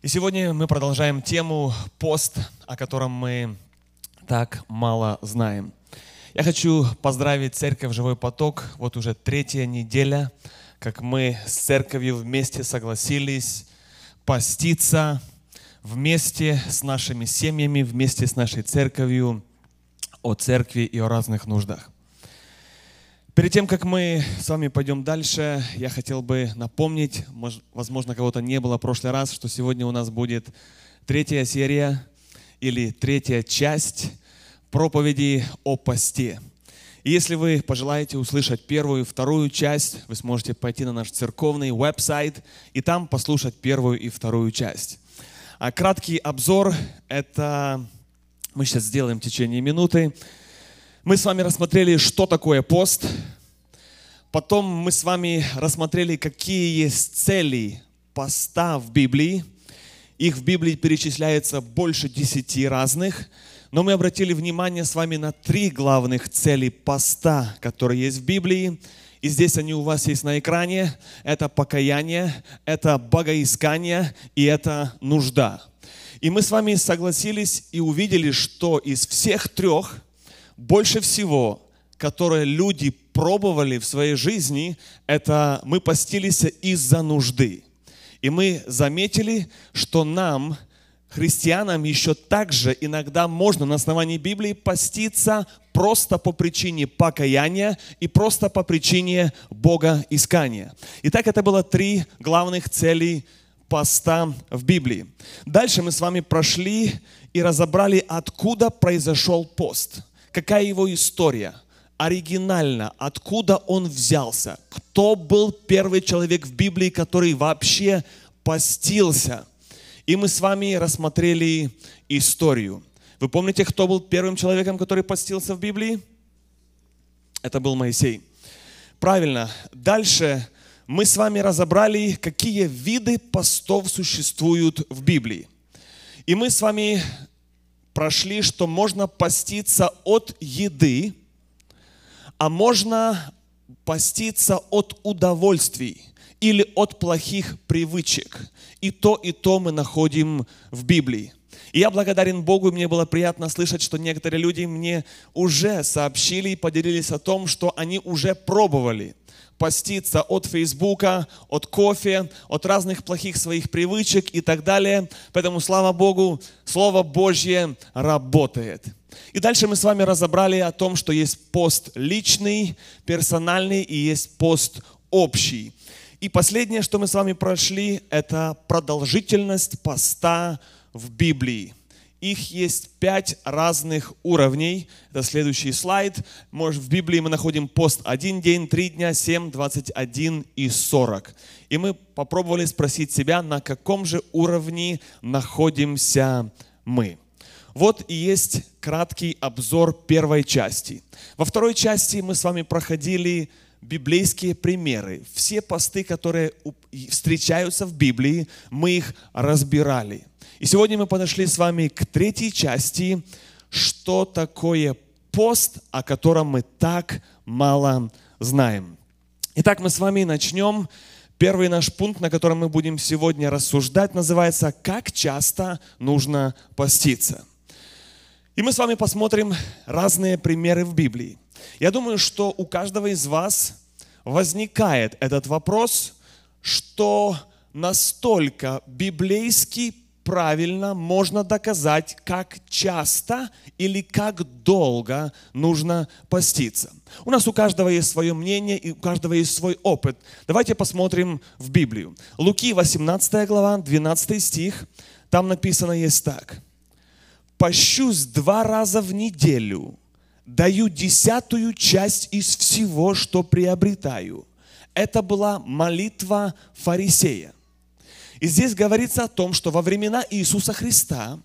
И сегодня мы продолжаем тему «Пост», о котором мы так мало знаем. Я хочу поздравить Церковь «Живой поток». Вот уже 3-я неделя, как мы с церковью вместе согласились поститься, вместе с нашими семьями, вместе с нашей церковью, о церкви и о разных нуждах. Перед тем, как мы с вами пойдем дальше, я хотел бы напомнить, возможно, кого-то не было в прошлый раз, что сегодня у нас будет 3-я серия или 3-я часть проповеди о посте. И если вы пожелаете услышать 1-ю и 2-ю часть, вы сможете пойти на наш церковный веб-сайт и там послушать 1-ю и 2-ю часть. А краткий обзор, это мы сейчас сделаем в течение минуты. Мы с вами рассмотрели, что такое пост. Потом мы с вами рассмотрели, какие есть цели поста в Библии. Их в Библии перечисляется больше 10 разных. Но мы обратили внимание с вами на 3 главных цели поста, которые есть в Библии. И здесь они у вас есть на экране. Это покаяние, это богоискание и это нужда. И мы с вами согласились и увидели, что из всех 3 больше всего, которые люди пробовали в своей жизни, это мы постились из-за нужды. И мы заметили, что нам, христианам, еще также иногда можно на основании Библии поститься просто по причине покаяния и просто по причине богоискания. Итак, это было 3 главных цели поста в Библии. Дальше мы с вами прошли и разобрали, откуда произошел пост. Какая его история? Оригинально, откуда он взялся? Кто был первый человек в Библии, который вообще постился? И мы с вами рассмотрели историю. Вы помните, кто был первым человеком, который постился в Библии? Это был Моисей. Правильно. Дальше мы с вами разобрали, какие виды постов существуют в Библии. И мы с вами прошли, что можно поститься от еды, а можно поститься от удовольствий или от плохих привычек. И то мы находим в Библии. И я благодарен Богу, и мне было приятно слышать, что некоторые люди мне уже сообщили и поделились о том, что они уже пробовали поститься от Фейсбука, от кофе, от разных плохих своих привычек и так далее. Поэтому, слава Богу, Слово Божье работает. И дальше мы с вами разобрали о том, что есть пост личный, персональный и есть пост общий. И последнее, что мы с вами прошли, это продолжительность поста в Библии. Их есть 5 разных уровней. Это следующий слайд. Может, в Библии мы находим пост 1 день, 3 дня, 7, 21 и 40. И мы попробовали спросить себя, на каком же уровне находимся мы. Вот и есть краткий обзор 1-й части. Во 2-й части мы с вами проходили библейские примеры. Все посты, которые встречаются в Библии, мы их разбирали. И сегодня мы подошли с вами к 3-й части, что такое пост, о котором мы так мало знаем. Итак, мы с вами начнем. Первый наш пункт, на котором мы будем сегодня рассуждать, называется «Как часто нужно поститься?». И мы с вами посмотрим разные примеры в Библии. Я думаю, что у каждого из вас возникает этот вопрос, что настолько библейски правильно можно доказать, как часто или как долго нужно поститься. У нас у каждого есть свое мнение и у каждого есть свой опыт. Давайте посмотрим в Библию. Луки 18 глава, 12 стих. Там написано есть так. «Пощусь 2 раза в неделю, даю 10-ю часть из всего, что приобретаю». Это была молитва фарисея. И здесь говорится о том, что во времена Иисуса Христа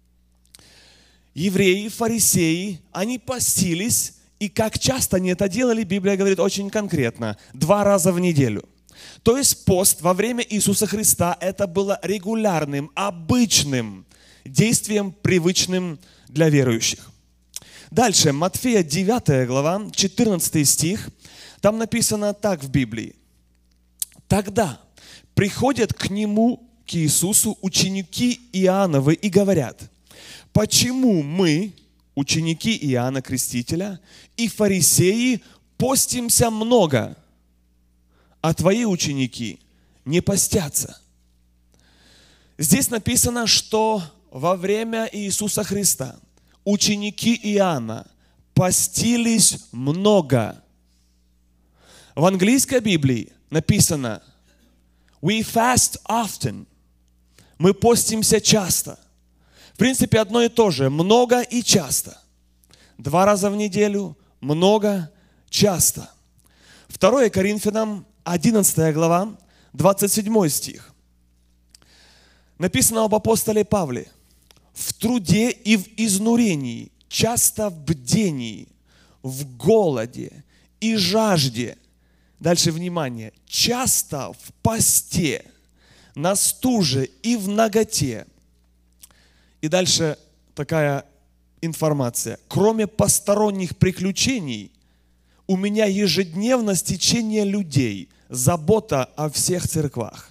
евреи, фарисеи, они постились, и как часто они это делали, Библия говорит очень конкретно, 2 раза в неделю. То есть пост во время Иисуса Христа это было регулярным, обычным действием, привычным для верующих. Дальше, Матфея 9 глава, 14 стих, там написано так в Библии. «Тогда приходят к нему к Иисусу ученики Иоанновы и говорят: почему мы, ученики Иоанна Крестителя и фарисеи, постимся много, а твои ученики не постятся? Здесь написано, что во время Иисуса Христа ученики Иоанна постились много. В английской Библии написано «We fast often». Мы постимся часто. В принципе, одно и то же. Много и часто. 2 раза в неделю, много, часто. 2 Коринфянам, 11 глава, 27 стих. Написано об апостоле Павле: в труде и в изнурении, часто в бдении, в голоде и жажде. Дальше внимание. Часто в посте, на стуже и в наготе. И дальше такая информация. Кроме посторонних приключений, у меня ежедневно стечение людей, забота о всех церквах.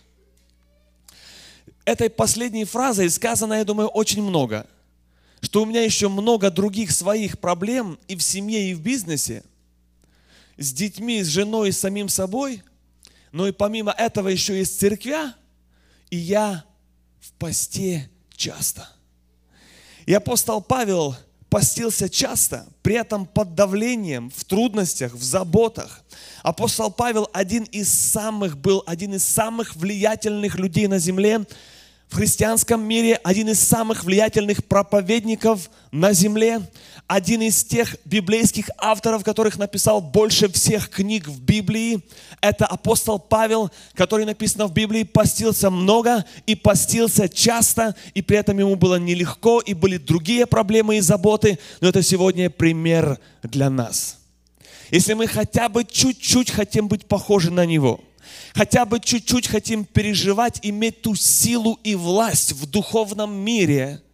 Этой последней фразой сказано, я думаю, очень много. Что у меня еще много других своих проблем и в семье, и в бизнесе, с детьми, с женой, и с самим собой, но и помимо этого еще есть церквя, и я в посте часто. И апостол Павел постился часто, при этом под давлением, в трудностях, в заботах. Апостол Павел был один из самых влиятельных людей на земле, в христианском мире, один из самых влиятельных проповедников на земле, один из тех библейских авторов, которых написал больше всех книг в Библии. Это апостол Павел, который, написано в Библии, постился много и постился часто, и при этом ему было нелегко, и были другие проблемы и заботы, но это сегодня пример для нас. Если мы хотя бы чуть-чуть хотим быть похожи на него, хотя бы чуть-чуть хотим переживать, иметь ту силу и власть в духовном мире,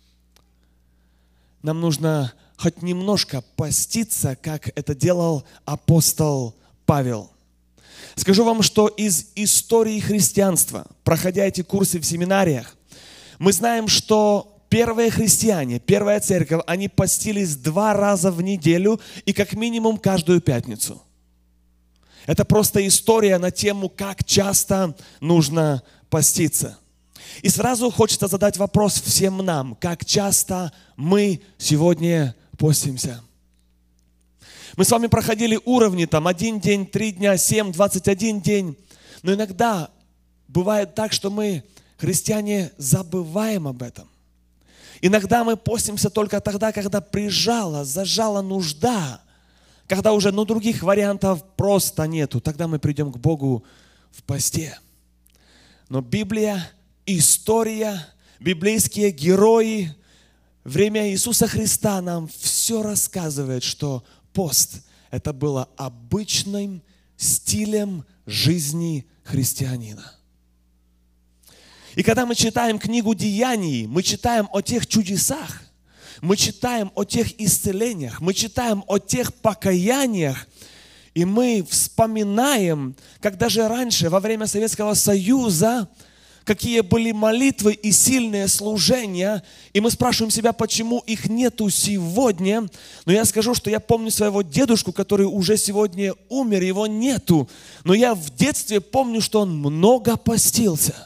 нам нужно хоть немножко поститься, как это делал апостол Павел. Скажу вам, что из истории христианства, проходя эти курсы в семинариях, мы знаем, что первые христиане, первая церковь, они постились 2 раза в неделю и как минимум каждую пятницу. Это просто история на тему, как часто нужно поститься. И сразу хочется задать вопрос всем нам, как часто мы сегодня постимся. Мы с вами проходили уровни, 1 день, 3 дня, 7, 21 день. Но иногда бывает так, что мы, христиане, забываем об этом. Иногда мы постимся только тогда, когда зажала нужда. Когда уже других вариантов просто нету, тогда мы придем к Богу в посте. Но Библия, история, библейские герои, время Иисуса Христа нам все рассказывает, что пост – это было обычным стилем жизни христианина. И когда мы читаем книгу Деяний, мы читаем о тех чудесах, мы читаем о тех исцелениях, мы читаем о тех покаяниях, и мы вспоминаем, как даже раньше, во время Советского Союза, какие были молитвы и сильные служения, и мы спрашиваем себя, почему их нету сегодня. Но я скажу, что я помню своего дедушку, который уже сегодня умер, его нету. Но я в детстве помню, что он много постился.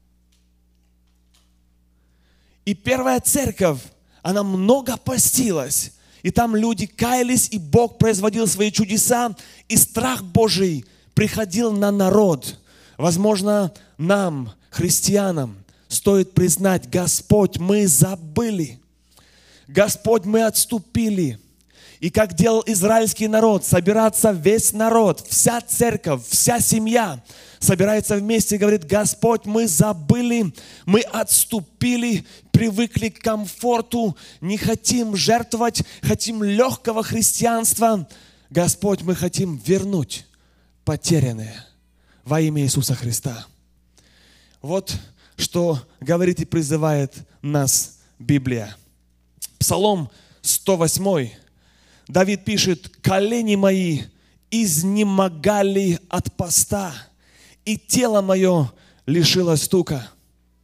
И первая церковь, она много постилась, и там люди каялись, и Бог производил свои чудеса, и страх Божий приходил на народ. Возможно, нам, христианам, стоит признать: Господь, мы забыли, Господь, мы отступили. И как делал израильский народ, собираться весь народ, вся церковь, вся семья собирается вместе и говорит: Господь, мы забыли, мы отступили, привыкли к комфорту, не хотим жертвовать, хотим легкого христианства. Господь, мы хотим вернуть потерянное во имя Иисуса Христа. Вот что говорит и призывает нас Библия. Псалом 108. Давид пишет: колени мои изнемогали от поста, и тело мое лишилось тука.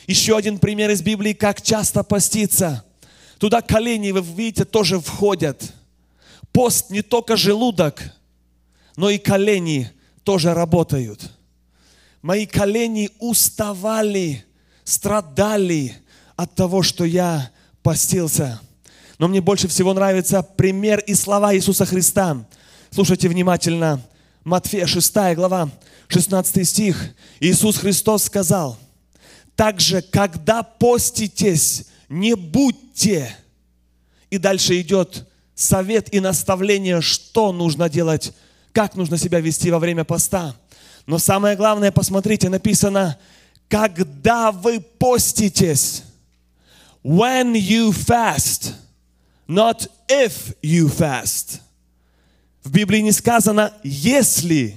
Еще один пример из Библии, как часто поститься. Туда колени, вы видите, тоже входят. Пост не только желудок, но и колени тоже работают. Мои колени уставали, страдали от того, что я постился. Но мне больше всего нравится пример и слова Иисуса Христа. Слушайте внимательно. Матфея 6 глава, 16 стих. Иисус Христос сказал: «Также, когда поститесь, не будьте». И дальше идет совет и наставление, что нужно делать, как нужно себя вести во время поста. Но самое главное, посмотрите, написано: когда вы поститесь. When you fast, not if you fast. В Библии не сказано, если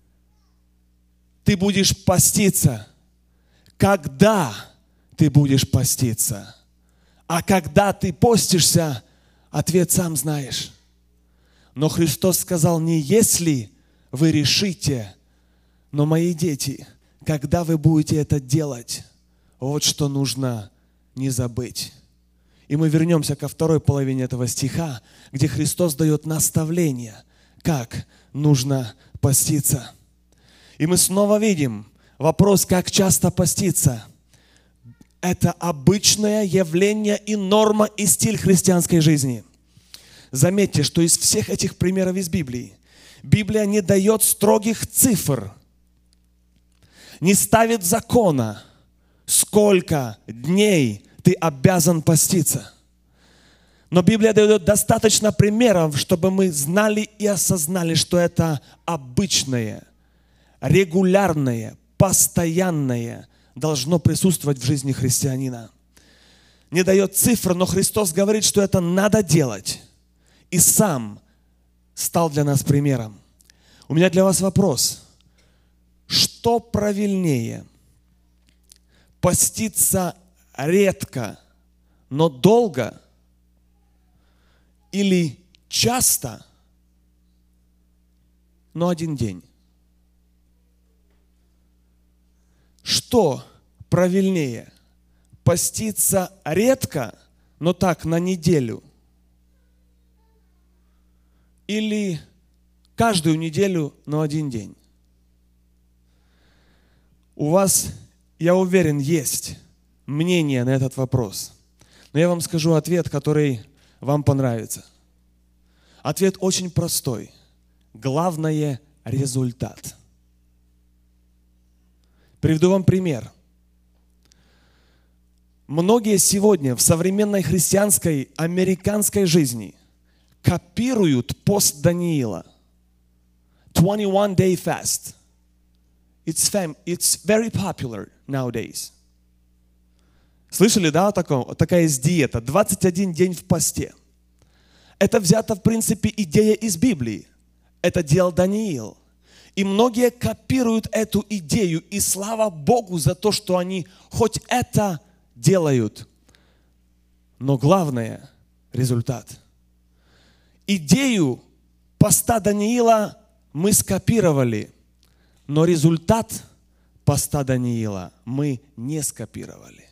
ты будешь поститься, когда ты будешь поститься. А когда ты постишься, ответ сам знаешь. Но Христос сказал не если вы решите, но, мои дети, когда вы будете это делать, вот что нужно не забыть. И мы вернемся ко второй половине этого стиха, где Христос дает наставление, как нужно поститься. И мы снова видим вопрос, как часто поститься. Это обычное явление и норма, и стиль христианской жизни. Заметьте, что из всех этих примеров из Библии, Библия не дает строгих цифр, не ставит закона, сколько дней ты обязан поститься. Но Библия дает достаточно примеров, чтобы мы знали и осознали, что это обычное, регулярное, постоянное должно присутствовать в жизни христианина. Не дает цифр, но Христос говорит, что это надо делать. И сам стал для нас примером. У меня для вас вопрос. Что правильнее? Поститься редко, но долго? Или часто, но один день? Что правильнее? Поститься редко, но так на неделю? Или каждую неделю, но один день? У вас, я уверен, есть мнение на этот вопрос. Но я вам скажу ответ, который вам понравится. Ответ очень простой. Главное – результат. Приведу вам пример. Многие сегодня в современной христианской, американской жизни копируют пост Даниила. 21-day fast. It's very popular nowadays. Слышали, да, о таком? Такая есть диета. 21 день в посте. Это взята, в принципе, идея из Библии. Это делал Даниил. И многие копируют эту идею. И слава Богу за то, что они хоть это делают. Но главное – результат. Идею поста Даниила мы скопировали. Но результат поста Даниила мы не скопировали.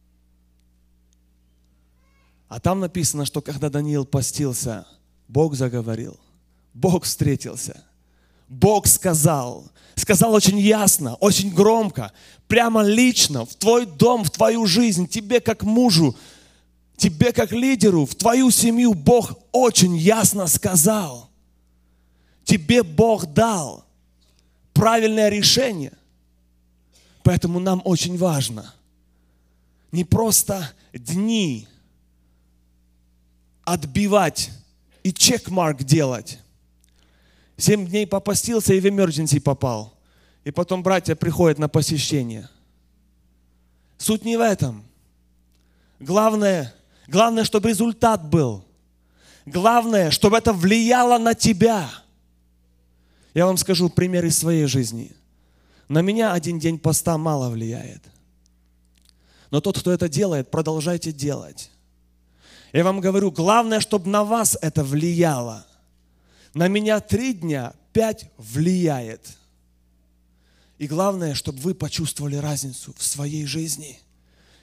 А там написано, что когда Даниил постился, Бог заговорил, Бог встретился, Бог сказал очень ясно, очень громко, прямо лично, в твой дом, в твою жизнь, тебе как мужу, тебе как лидеру, в твою семью Бог очень ясно сказал. Тебе Бог дал правильное решение. Поэтому нам очень важно не просто дни отбивать и чекмарк делать. 7 дней попостился и в emergency попал. И потом братья приходят на посещение. Суть не в этом. Главное, чтобы результат был. Главное, чтобы это влияло на тебя. Я вам скажу пример из своей жизни. На меня один день поста мало влияет. Но тот, кто это делает, продолжайте делать. Я вам говорю, главное, чтобы на вас это влияло. На меня 3 дня, 5 влияет. И главное, чтобы вы почувствовали разницу в своей жизни.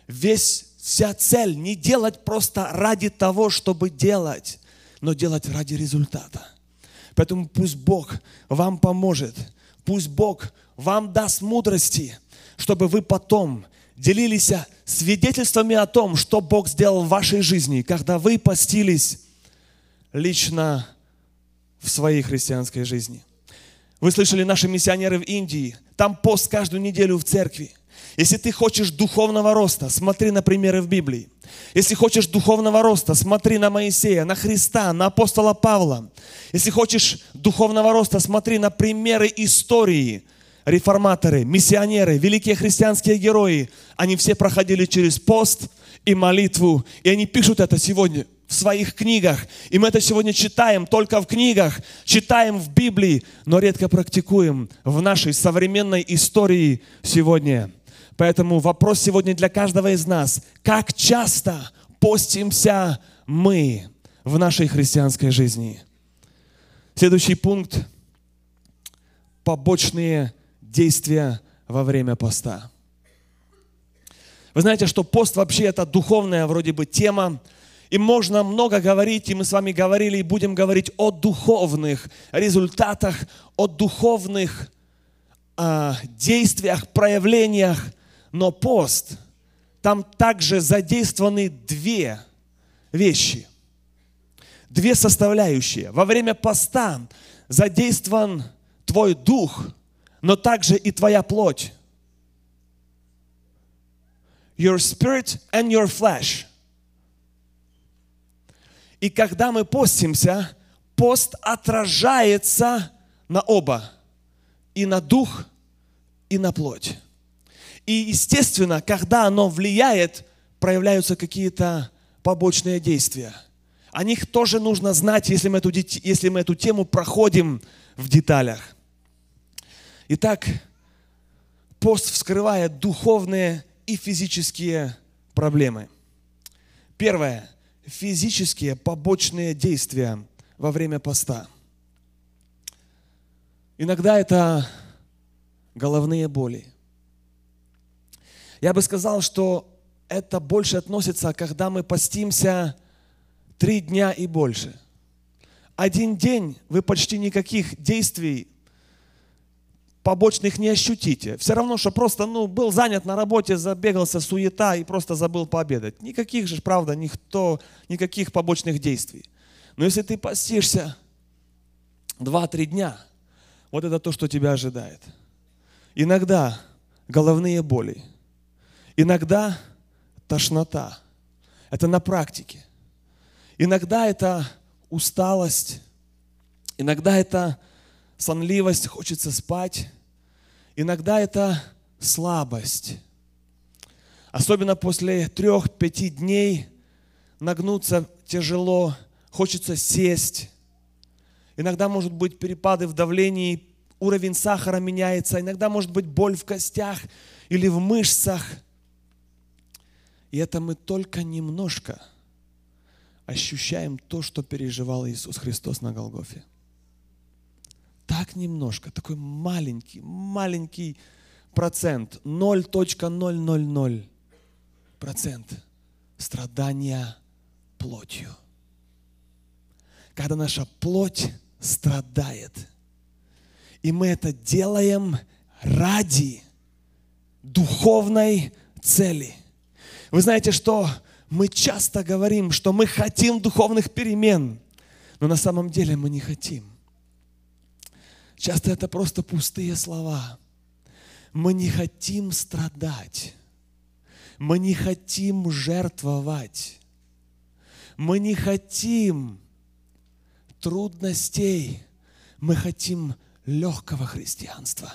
вся цель не делать просто ради того, чтобы делать, но делать ради результата. Поэтому пусть Бог вам поможет, пусть Бог вам даст мудрости, чтобы вы потом делились свидетельствами о том, что Бог сделал в вашей жизни, когда вы постились лично в своей христианской жизни. Вы слышали, наши миссионеры в Индии, там пост каждую неделю в церкви. Если ты хочешь духовного роста, смотри на примеры в Библии. Если хочешь духовного роста, смотри на Моисея, на Христа, на апостола Павла. Если хочешь духовного роста, смотри на примеры истории. Реформаторы, миссионеры, великие христианские герои, они все проходили через пост и молитву. И они пишут это сегодня в своих книгах. И мы это сегодня читаем только в книгах, читаем в Библии, но редко практикуем в нашей современной истории сегодня. Поэтому вопрос сегодня для каждого из нас. Как часто постимся мы в нашей христианской жизни? Следующий пункт. Побочные действия во время поста. Вы знаете, что пост вообще это духовная вроде бы тема. И можно много говорить, и мы с вами говорили, и будем говорить о духовных результатах, о духовных действиях, проявлениях. Но пост, там также задействованы две вещи, две составляющие. Во время поста задействован твой дух, но также и твоя плоть. Your spirit and your flesh. И когда мы постимся, пост отражается на оба. И на дух, и на плоть. И, естественно, когда оно влияет, проявляются какие-то побочные действия. О них тоже нужно знать, если мы эту тему проходим в деталях. Итак, пост вскрывает духовные и физические проблемы. Первое. Физические побочные действия во время поста. Иногда это головные боли. Я бы сказал, что это больше относится, когда мы постимся 3 дня и больше. 1 день вы почти никаких действий побочных не ощутите. Все равно, что просто был занят на работе, забегался, суета и просто забыл пообедать. Никаких же, правда, никаких побочных действий. Но если ты постишься 2-3 дня, вот это то, что тебя ожидает. Иногда головные боли. Иногда тошнота. Это на практике. Иногда это усталость. Иногда это сонливость, хочется спать. Иногда это слабость. Особенно после 3-5 дней нагнуться тяжело, хочется сесть. Иногда может быть перепады в давлении, уровень сахара меняется. Иногда может быть боль в костях или в мышцах. И это мы только немножко ощущаем то, что переживал Иисус Христос на Голгофе. Так немножко, такой маленький процент, 0,000% страдания плотью. Когда наша плоть страдает, и мы это делаем ради духовной цели. Вы знаете, что мы часто говорим, что мы хотим духовных перемен, но на самом деле мы не хотим. Часто это просто пустые слова. Мы не хотим страдать. Мы не хотим жертвовать. Мы не хотим трудностей. Мы хотим легкого христианства.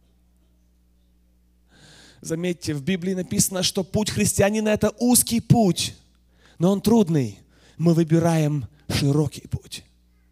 Заметьте, в Библии написано, что путь христианина – это узкий путь, но он трудный. Мы выбираем широкий путь.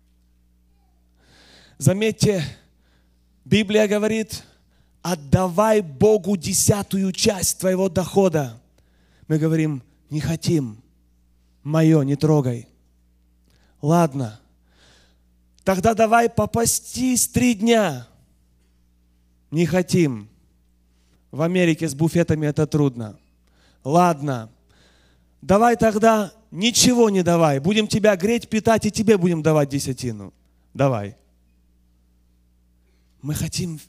Заметьте, Библия говорит, отдавай Богу 10-ю часть твоего дохода. Мы говорим, не хотим, мое не трогай. Ладно, тогда давай попастись 3 дня. Не хотим. В Америке с буфетами это трудно. ладно, давай тогда ничего не давай. Будем тебя греть, питать, и тебе будем давать десятину. Давай. Мы хотим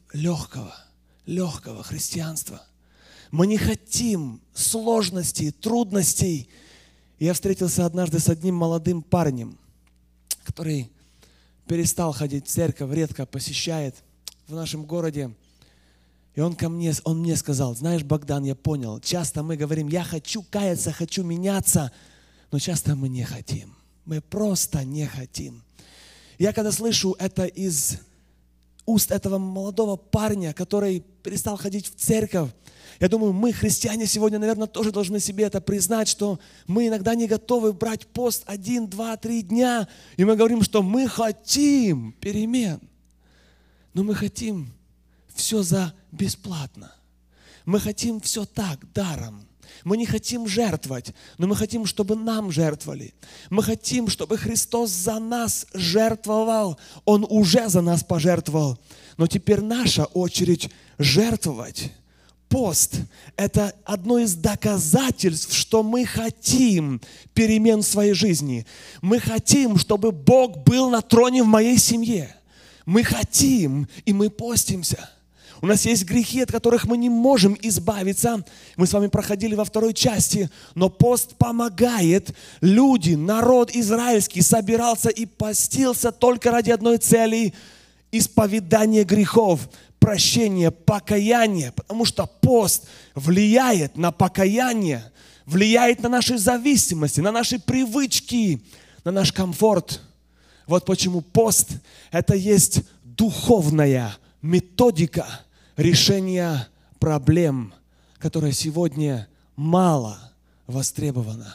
легкого христианства. Мы не хотим сложностей, трудностей. Я встретился однажды с одним молодым парнем, который перестал ходить в церковь, редко посещает в нашем городе. И он мне сказал: знаешь, Богдан, я понял, часто мы говорим, я хочу каяться, хочу меняться, но часто мы не хотим. Мы просто не хотим. Я когда слышу это из уст этого молодого парня, который перестал ходить в церковь, я думаю, мы, христиане, сегодня, наверное, тоже должны себе это признать, что мы иногда не готовы брать пост 1, 2, 3 дня, и мы говорим, что мы хотим перемен, но мы хотим все за бесплатно. Мы хотим все так, даром. Мы не хотим жертвовать, но мы хотим, чтобы нам жертвовали. Мы хотим, чтобы Христос за нас жертвовал. Он уже за нас пожертвовал. Но теперь наша очередь жертвовать. Пост – это одно из доказательств, что мы хотим перемен в своей жизни. Мы хотим, чтобы Бог был на троне в моей семье. Мы хотим, и мы постимся. У нас есть грехи, от которых мы не можем избавиться. Мы с вами проходили во второй части. Но пост помогает. Люди, народ израильский собирался и постился только ради одной цели – исповедания грехов, прощения, покаяния. Потому что пост влияет на покаяние, влияет на наши зависимости, на наши привычки, на наш комфорт. Вот почему пост – это есть духовная методика решения проблем, которая сегодня мало востребована.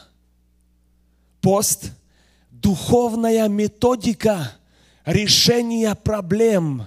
Пост – духовная методика решения проблем.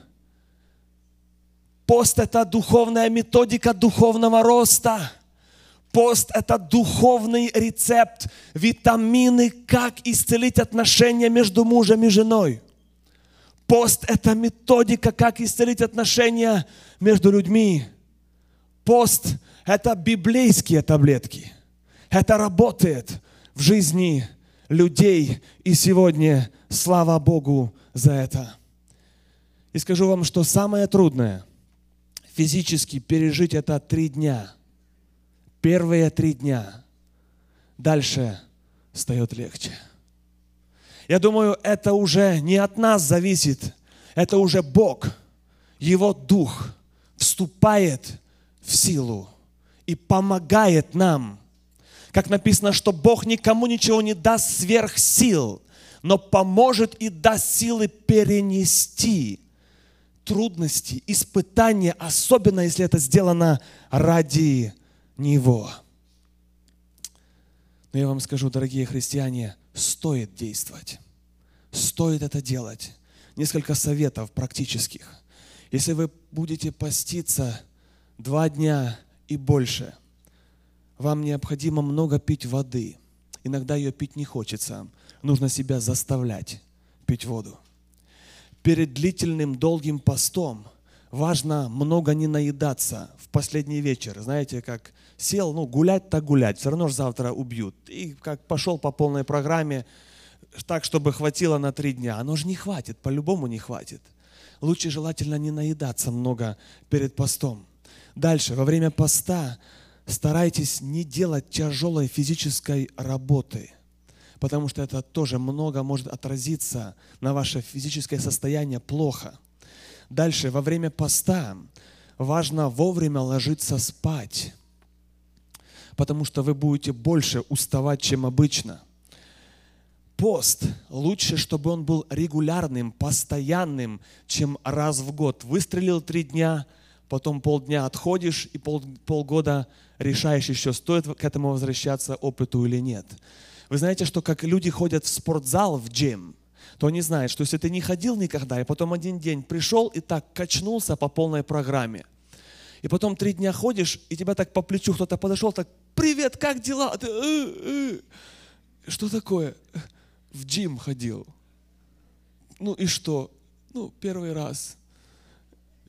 Пост – это духовная методика духовного роста. Пост – это духовный рецепт, витамины, как исцелить отношения между мужем и женой. Пост – это методика, как исцелить отношения между людьми. Пост – это библейские таблетки. Это работает в жизни людей. И сегодня слава Богу за это. И скажу вам, что самое трудное физически пережить это 3 дня. Первые 3 дня. Дальше стает легче. Я думаю, это уже не от нас зависит. Это уже Бог, Его Дух вступает в силу и помогает нам. Как написано, что Бог никому ничего не даст сверх сил, но поможет и даст силы перенести трудности, испытания, особенно если это сделано ради Него. Но я вам скажу, дорогие христиане, стоит действовать. Стоит это делать. Несколько советов практических. Если вы будете поститься 2 дня и больше, вам необходимо много пить воды. Иногда ее пить не хочется. Нужно себя заставлять пить воду. Перед длительным долгим постом важно много не наедаться в последний вечер. Знаете, как сел, гулять так гулять, все равно же завтра убьют. И как пошел по полной программе, так, чтобы хватило на 3 дня. Оно же не хватит, по-любому не хватит. Лучше желательно не наедаться много перед постом. Дальше, во время поста старайтесь не делать тяжелой физической работы, потому что это тоже много может отразиться на ваше физическое состояние плохо. Дальше, во время поста важно вовремя ложиться спать, потому что вы будете больше уставать, чем обычно. Пост лучше, чтобы он был регулярным, постоянным, чем раз в год. Выстрелил 3 дня, потом полдня отходишь и полгода решаешь еще, стоит к этому возвращаться опыту или нет. Вы знаете, что как люди ходят в спортзал, в джим, то они знают, что если ты не ходил никогда, и потом один день пришел и так качнулся по полной программе, и потом 3 дня ходишь, и тебя так по плечу кто-то подошел, так: «Привет, как дела?» Ты, что такое? В джим ходил. И что? 1 раз.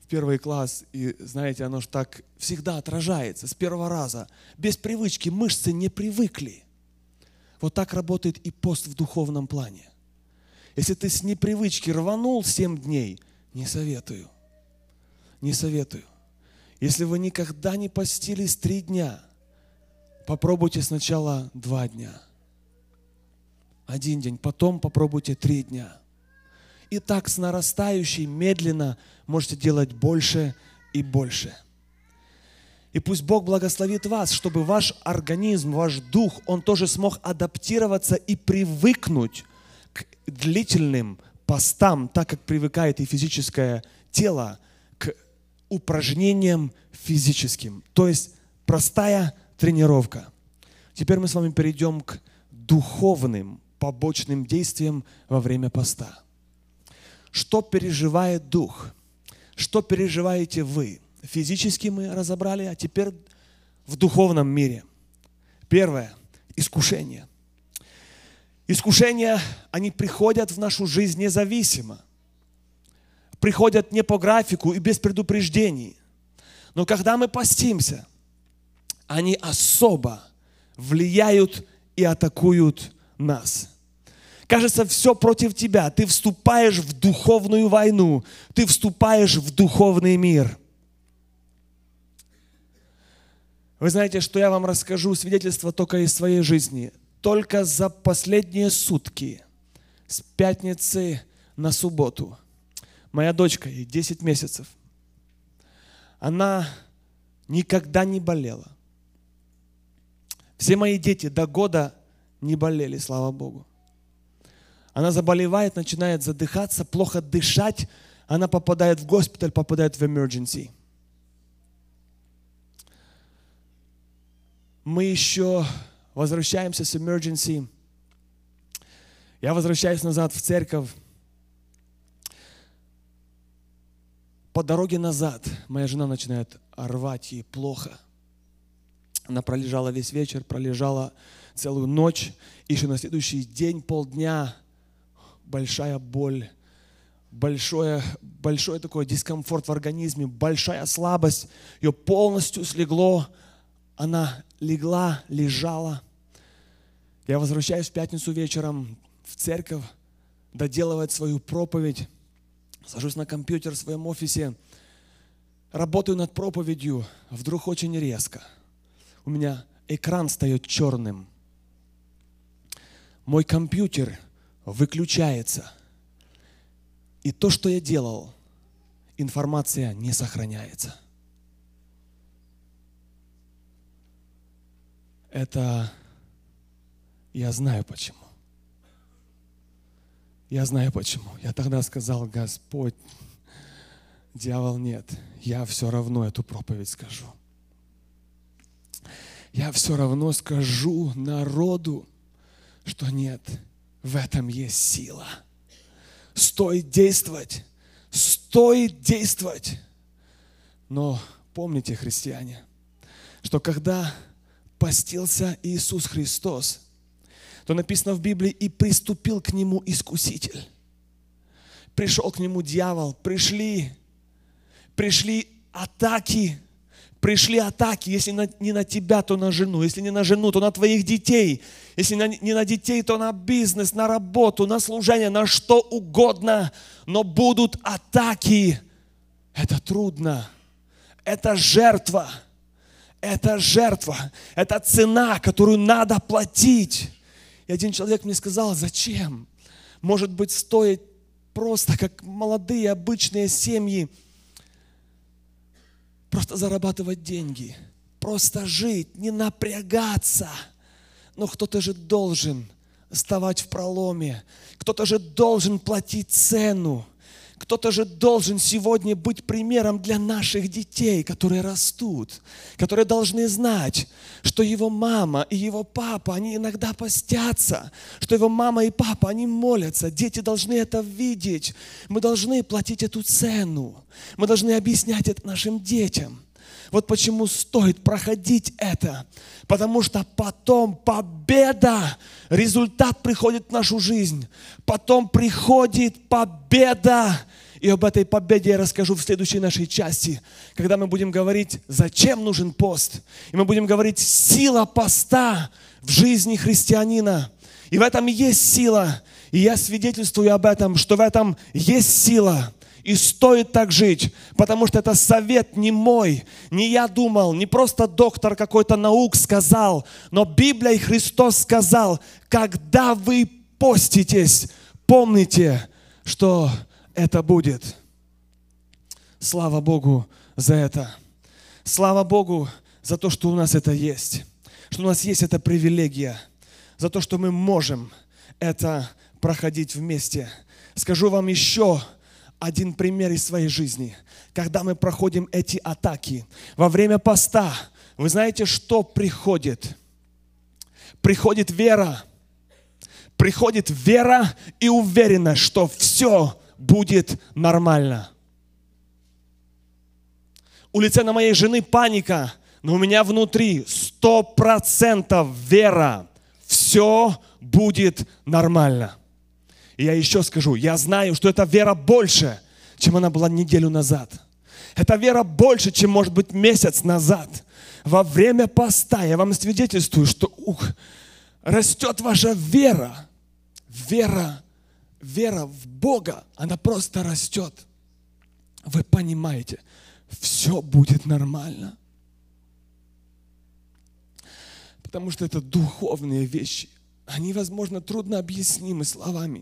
первый класс, и знаете, оно же так всегда отражается с первого раза. Без привычки мышцы не привыкли. Вот так работает и пост в духовном плане. Если ты с непривычки рванул 7 дней, не советую. Не советую. Если вы никогда не постились 3 дня, попробуйте сначала 2 дня. 1 день, потом попробуйте 3 дня. И так с нарастающей, медленно можете делать больше и больше. И пусть Бог благословит вас, чтобы ваш организм, ваш дух, он тоже смог адаптироваться и привыкнуть к длительным постам, так как привыкает и физическое тело к упражнениям физическим. То есть простая тренировка. Теперь мы с вами перейдем к духовным побочным действиям во время поста. Что переживает дух? Что переживаете вы? Физически мы разобрали, а теперь в духовном мире. Первое – искушение. Искушения, они приходят в нашу жизнь независимо. Приходят не по графику и без предупреждений. Но когда мы постимся, они особо влияют и атакуют нас. Кажется, все против тебя. Ты вступаешь в духовную войну. Ты вступаешь в духовный мир. Вы знаете, что я вам расскажу свидетельство только из своей жизни. Только за последние сутки, с пятницы на субботу, моя дочка, ей 10 месяцев, она никогда не болела. Все мои дети до года не болели, слава Богу. Она заболевает, начинает задыхаться, плохо дышать, она попадает в госпиталь, попадает в emergency. Мы еще возвращаемся с emergency. Я возвращаюсь назад в церковь. По дороге назад моя жена начинает рвать, ей плохо. Она пролежала весь вечер, пролежала целую ночь. Еще на следующий день, полдня, большая боль, большой такой дискомфорт в организме, большая слабость. Ее полностью слегло. Она легла, лежала. Я возвращаюсь в пятницу вечером в церковь, доделывать свою проповедь. Сажусь на компьютер в своем офисе, работаю над проповедью. Вдруг очень резко у меня экран стает черным. Мой компьютер выключается. И то, что я делал, информация не сохраняется. Это я знаю почему. Я знаю почему. Я тогда сказал: Господь, дьявол, нет, я все равно эту проповедь скажу. Я все равно скажу народу, что нет, в этом есть сила. Стоит действовать, стоит действовать. Но помните, христиане, что когда постился Иисус Христос, то написано в Библии: и приступил к Нему искуситель. Пришел к Нему дьявол, пришли атаки. Если не на тебя, то на жену. Если не на жену, то на твоих детей. Если не на детей, то на бизнес, на работу, на служение, на что угодно. Но будут атаки. Это трудно. Это жертва. Это жертва. Это цена, которую надо платить. И один человек мне сказал: зачем? Может быть, стоит просто, как молодые, обычные семьи, просто зарабатывать деньги, просто жить, не напрягаться. Но кто-то же должен вставать в проломе, кто-то же должен платить цену, кто-то же должен сегодня быть примером для наших детей, которые растут, которые должны знать, что его мама и его папа, они иногда постятся, что его мама и папа, они молятся. Дети должны это видеть. Мы должны платить эту цену. Мы должны объяснять это нашим детям. Вот почему стоит проходить это. Потому что потом победа, результат приходит в нашу жизнь. Потом приходит победа. И об этой победе я расскажу в следующей нашей части, когда мы будем говорить, зачем нужен пост. И мы будем говорить, сила поста в жизни христианина. И в этом есть сила. И я свидетельствую об этом, что в этом есть сила. И стоит так жить, потому что это совет не мой, не я думал, не просто доктор какой-то наук сказал, но Библия и Христос сказал, когда вы поститесь, помните, что это будет. Слава Богу за это. Слава Богу за то, что у нас это есть. Что у нас есть эта привилегия. За то, что мы можем это проходить вместе. Скажу вам еще один пример из своей жизни. Когда мы проходим эти атаки во время поста, вы знаете, что приходит? Приходит вера. Приходит вера и уверенность, что все будет нормально. У лица на моей жены паника, но у меня внутри 100% вера. Все будет нормально. И я еще скажу, я знаю, что эта вера больше, чем она была неделю назад. Эта вера больше, чем, может быть, месяц назад. Во время поста я вам свидетельствую, что растет ваша вера. Вера в Бога, она просто растет. Вы понимаете, все будет нормально. Потому что это духовные вещи. Они, возможно, трудно объяснимы словами.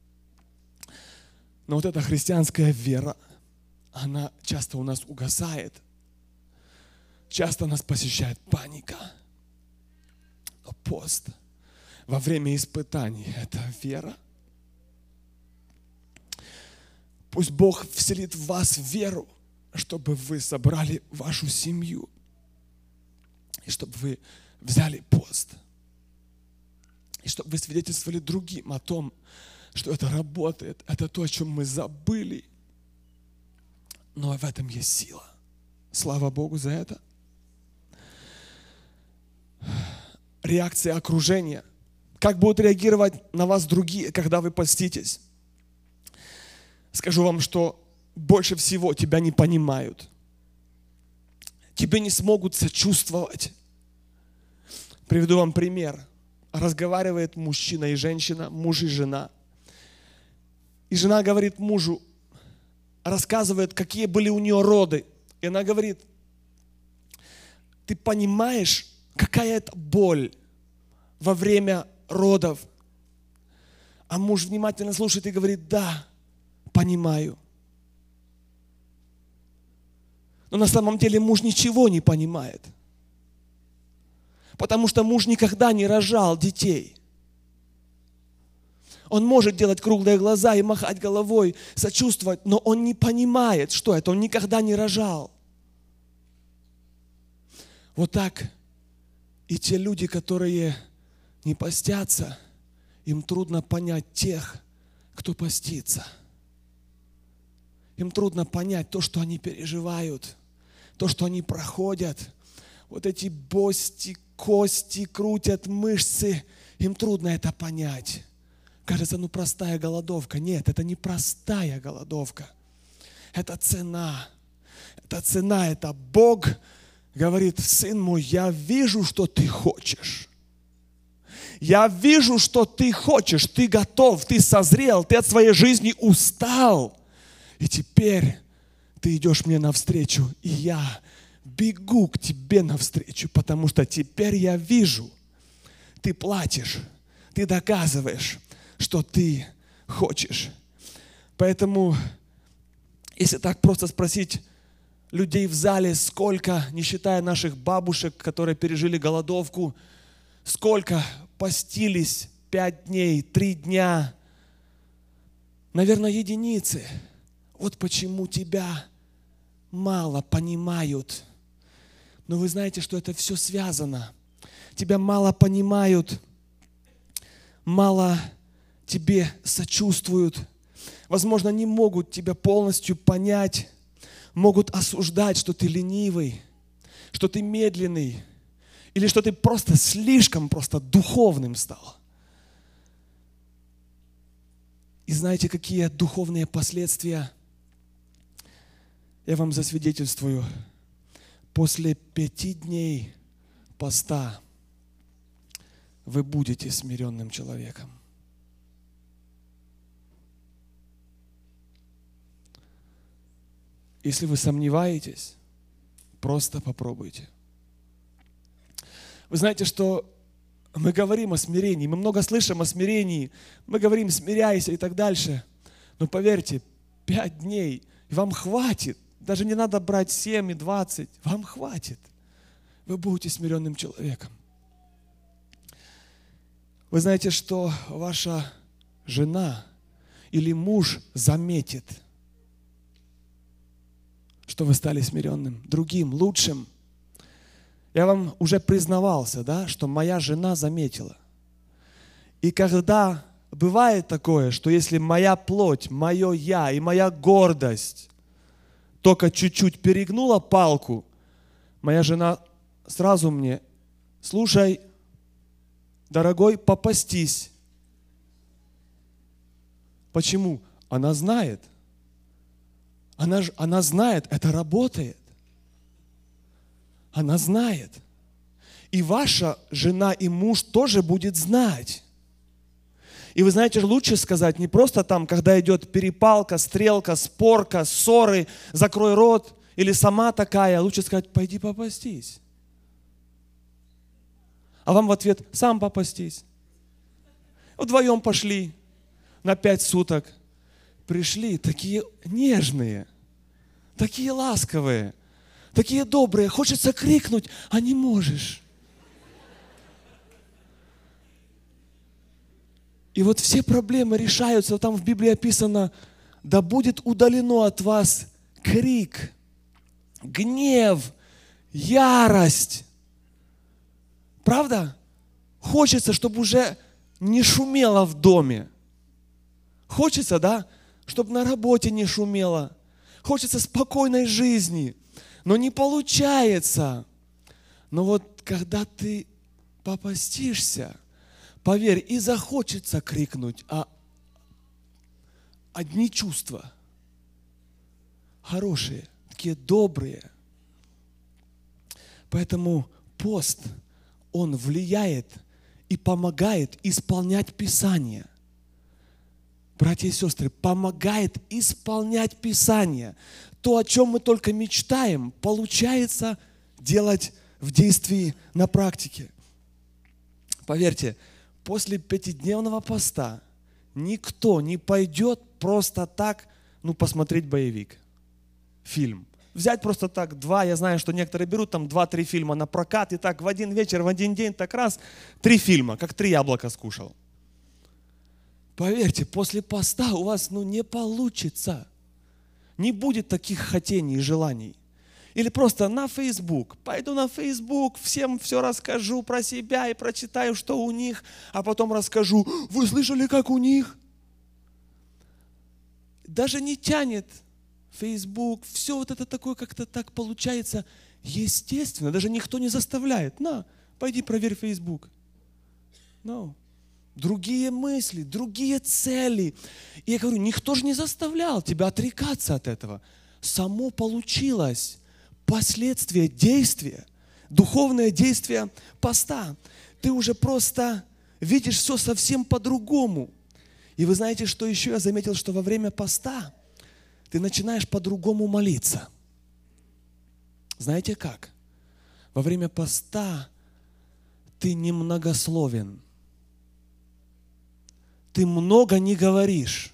Но вот эта христианская вера, она часто у нас угасает. Часто нас посещает паника. Но пост во время испытаний – это вера. Пусть Бог вселит в вас веру, чтобы вы собрали вашу семью. И чтобы вы взяли пост. И чтобы вы свидетельствовали другим о том, что это работает. Это то, о чем мы забыли. Но в этом есть сила. Слава Богу за это. Реакция окружения. Как будут реагировать на вас другие, когда вы поститесь? Скажу вам, что больше всего тебя не понимают. Тебе не смогут сочувствовать. Приведу вам пример. Разговаривает мужчина и женщина, муж и жена. И жена говорит мужу, рассказывает, какие были у нее роды. И она говорит, ты понимаешь, какая это боль во время родов? А муж внимательно слушает и говорит, да, понимаю. Но на самом деле муж ничего не понимает. Потому что муж никогда не рожал детей. Он может делать круглые глаза и махать головой, сочувствовать, но он не понимает, что это. Он никогда не рожал. Вот так и те люди, которые не постятся, им трудно понять тех, кто постится. Им трудно понять то, что они переживают, то, что они проходят. Вот эти кости крутят, мышцы. Им трудно это понять. Кажется, простая голодовка. Нет, это не простая голодовка. Это цена. Это цена, это Бог говорит, сын мой, я вижу, что ты хочешь. Я вижу, что ты хочешь, ты готов, ты созрел, ты от своей жизни устал. И теперь ты идешь мне навстречу, и я бегу к тебе навстречу, потому что теперь я вижу, ты платишь, ты доказываешь, что ты хочешь. Поэтому, если так просто спросить людей в зале, сколько, не считая наших бабушек, которые пережили голодовку, сколько постились 5 дней, 3 дня, наверное, единицы. Вот почему тебя мало понимают. Но вы знаете, что это все связано. Тебя мало понимают, мало тебе сочувствуют. Возможно, не могут тебя полностью понять, могут осуждать, что ты ленивый, что ты медленный, или что ты просто слишком духовным стал. И знаете, какие духовные последствия Я вам засвидетельствую, после 5 дней поста вы будете смиренным человеком. Если вы сомневаетесь, просто попробуйте. Вы знаете, что мы говорим о смирении, мы много слышим о смирении, мы говорим «смиряйся» и так дальше. Но поверьте, 5 дней, и вам хватит. Даже не надо брать 7 и 20, вам хватит. Вы будете смиренным человеком. Вы знаете, что ваша жена или муж заметит, что вы стали смиренным, другим, лучшим. Я вам уже признавался, да, что моя жена заметила. И когда бывает такое, что если моя плоть, мое я и моя гордость только чуть-чуть перегнула палку, моя жена сразу мне: слушай, дорогой, попастись. Почему? Она знает. Она знает, это работает. Она знает. И ваша жена и муж тоже будет знать. И вы знаете, лучше сказать не просто там, когда идет перепалка, стрелка, спорка, ссоры, закрой рот, или сама такая, лучше сказать: пойди попастись. А вам в ответ: сам попастись. Вдвоем пошли на 5 суток. Пришли такие нежные, такие ласковые, такие добрые. Хочется крикнуть, а не можешь. И вот все проблемы решаются. Там в Библии описано: да будет удалено от вас крик, гнев, ярость. Правда? Хочется, чтобы уже не шумело в доме. Хочется, да? Чтобы на работе не шумело. Хочется спокойной жизни. Но не получается. Но вот когда ты попастишься, поверь, и захочется крикнуть, а одни чувства хорошие, такие добрые. Поэтому пост, он влияет и помогает исполнять Писание. Братья и сестры, помогает исполнять Писание. То, о чем мы только мечтаем, получается делать в действии на практике. Поверьте, после 5-дневного поста никто не пойдет просто так, посмотреть боевик, фильм. Взять просто так 2, я знаю, что некоторые берут там 2-3 фильма на прокат, и так в один вечер, в один день, так раз, 3 фильма, как 3 яблока скушал. Поверьте, после поста у вас не получится. Не будет таких хотений и желаний. Или просто на Facebook. Пойду на Facebook, всем все расскажу про себя и прочитаю, что у них, а потом расскажу: вы слышали, как у них? Даже не тянет Facebook. Все вот это такое как-то так получается естественно. Даже никто не заставляет. На, пойди проверь Facebook. No. Другие мысли, другие цели. И я говорю, никто же не заставлял тебя отрекаться от этого. Само получилось. Последствия действия, духовное действие поста. Ты уже просто видишь все совсем по-другому. И вы знаете, что еще я заметил, что во время поста ты начинаешь по-другому молиться. Знаете как? Во время поста ты немногословен. Ты много не говоришь.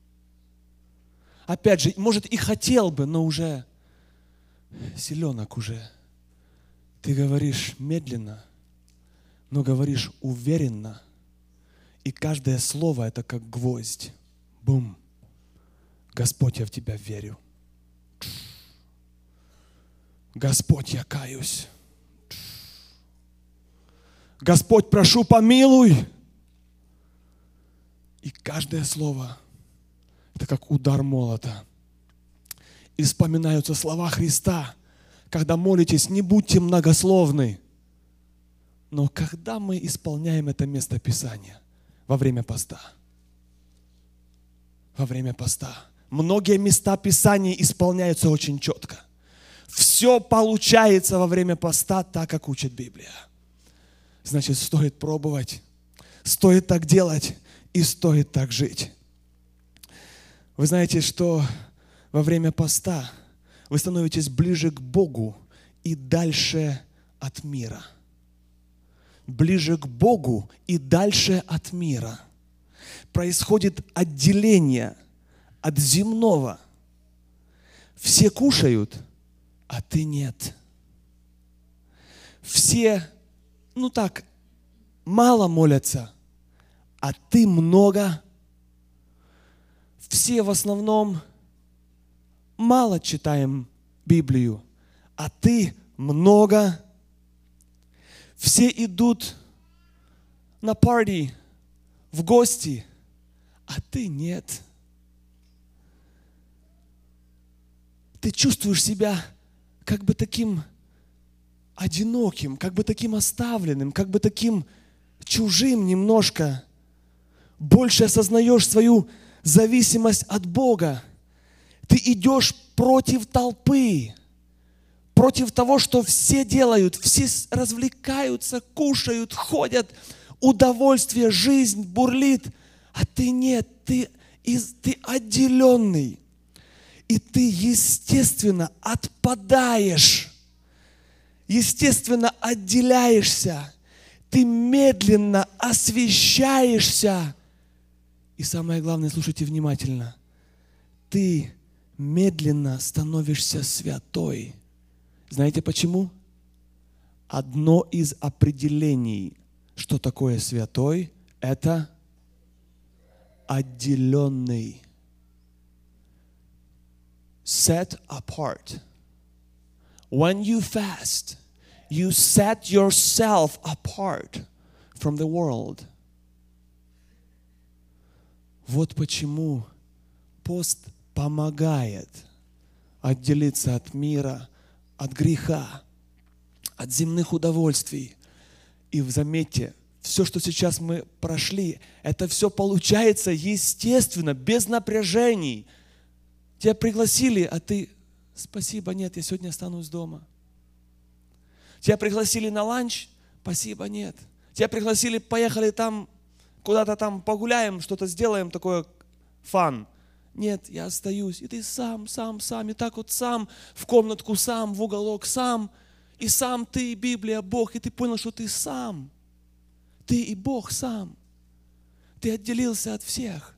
Опять же, может, и хотел бы, но уже селенок уже. Ты говоришь медленно, но говоришь уверенно. И каждое слово это как гвоздь. Бум. Господь, я в Тебя верю. Господь, я каюсь. Господь, прошу, помилуй. И каждое слово это как удар молота. И вспоминаются слова Христа. Когда молитесь, не будьте многословны. Но когда мы исполняем это место Писания? Во время поста. Во время поста. многие места Писания исполняются очень четко. Все получается во время поста так, как учит Библия. Значит, стоит пробовать, стоит так делать и стоит так жить. Вы знаете, что во время поста вы становитесь ближе к Богу и дальше от мира. Ближе к Богу и дальше от мира. Происходит отделение от земного. Все кушают, а ты нет. Все, мало молятся, а ты много. Все в основном мало читаем Библию, а ты много. Все идут на парти, в гости, а ты нет. Ты чувствуешь себя как бы таким одиноким, как бы таким оставленным, как бы таким чужим немножко. Больше осознаешь свою зависимость от Бога. Ты идешь против толпы, против того, что все делают. Все развлекаются, кушают, ходят, удовольствие, жизнь бурлит, а ты нет, ты отделенный. И ты, естественно, отпадаешь, естественно, отделяешься, ты медленно освящаешься. И самое главное, слушайте внимательно, ты медленно становишься святой. Знаете почему? Одно из определений, что такое святой, это отделенный. Set apart. When you fast, you set yourself apart from the world. Вот почему пост помогает отделиться от мира, от греха, от земных удовольствий. И заметьте, все, что сейчас мы прошли, это все получается естественно, без напряжений. Тебя пригласили, а ты, спасибо, нет, я сегодня останусь дома. Тебя пригласили на ланч, спасибо, нет. Тебя пригласили, поехали там, куда-то там погуляем, что-то сделаем, такое фан. Нет, я остаюсь. И ты сам, и так вот сам, в комнатку сам, в уголок сам. И сам ты, Библия, Бог, и ты понял, что ты сам. Ты и Бог сам. Ты отделился от всех.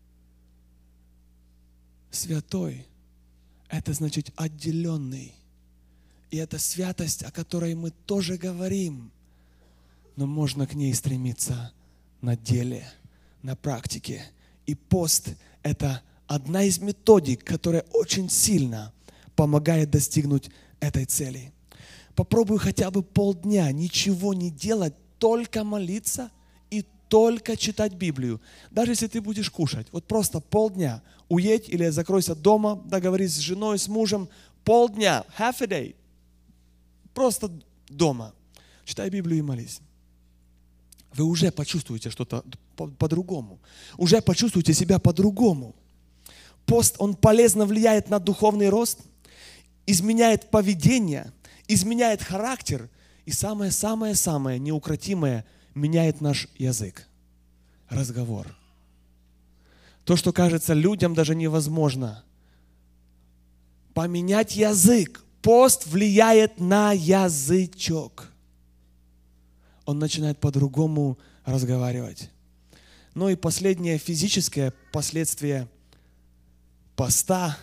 Святой – это значит отделенный. И это святость, о которой мы тоже говорим. Но можно к ней стремиться на деле, на практике. И пост – это одна из методик, которая очень сильно помогает достигнуть этой цели. Попробуй хотя бы полдня ничего не делать, только молиться и только читать Библию. Даже если ты будешь кушать, вот просто полдня. Уедь или закройся дома, договорись с женой, с мужем. Полдня, half a day. Просто дома. Читай Библию и молись. Вы уже почувствуете что-то по-другому. Уже почувствуете себя по-другому. Пост, он полезно влияет на духовный рост, изменяет поведение, изменяет характер и самое-самое-самое неукротимое меняет наш язык, разговор. То, что кажется людям даже невозможно. Поменять язык. Пост влияет на язычок. Он начинает по-другому разговаривать. Ну и последнее физическое последствие поста.